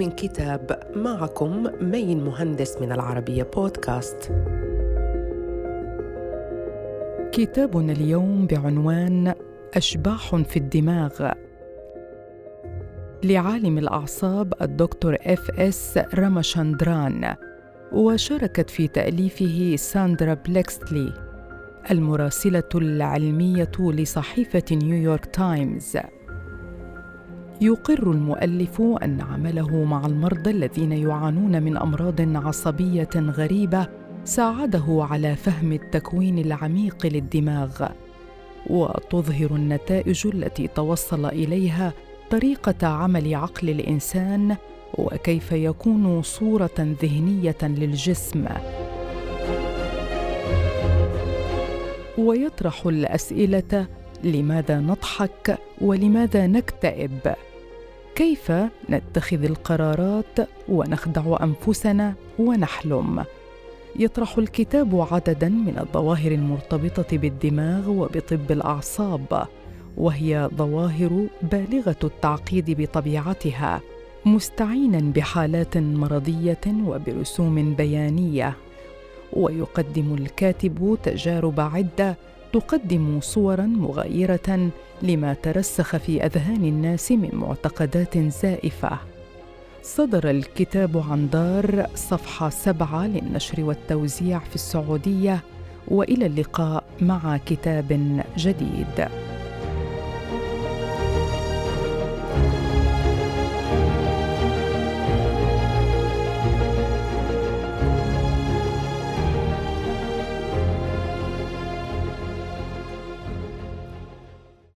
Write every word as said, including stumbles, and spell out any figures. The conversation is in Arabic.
من كتاب. معكم مين مهندس من العربية بودكاست. كتابنا اليوم بعنوان أشباح في الدماغ لعالم الأعصاب الدكتور إف إس راماشاندران، وشاركت في تأليفه ساندرا بليكسلي المراسلة العلمية لصحيفة نيويورك تايمز. يقر المؤلف أن عمله مع المرضى الذين يعانون من أمراض عصبية غريبة ساعده على فهم التكوين العميق للدماغ، وتظهر النتائج التي توصل إليها طريقة عمل عقل الإنسان وكيف يكون صورة ذهنية للجسم. ويطرح الأسئلة: لماذا نضحك ولماذا نكتئب؟ كيف نتخذ القرارات ونخدع أنفسنا ونحلم؟ يطرح الكتاب عدداً من الظواهر المرتبطة بالدماغ وبطب الأعصاب، وهي ظواهر بالغة التعقيد بطبيعتها، مستعيناً بحالات مرضية وبرسوم بيانية. ويقدم الكاتب تجارب عدة تقدم صوراً مغايرة لما ترسخ في أذهان الناس من معتقدات زائفة. صدر الكتاب عن دار صفحة سبعة للنشر والتوزيع في السعودية، وإلى اللقاء مع كتاب جديد.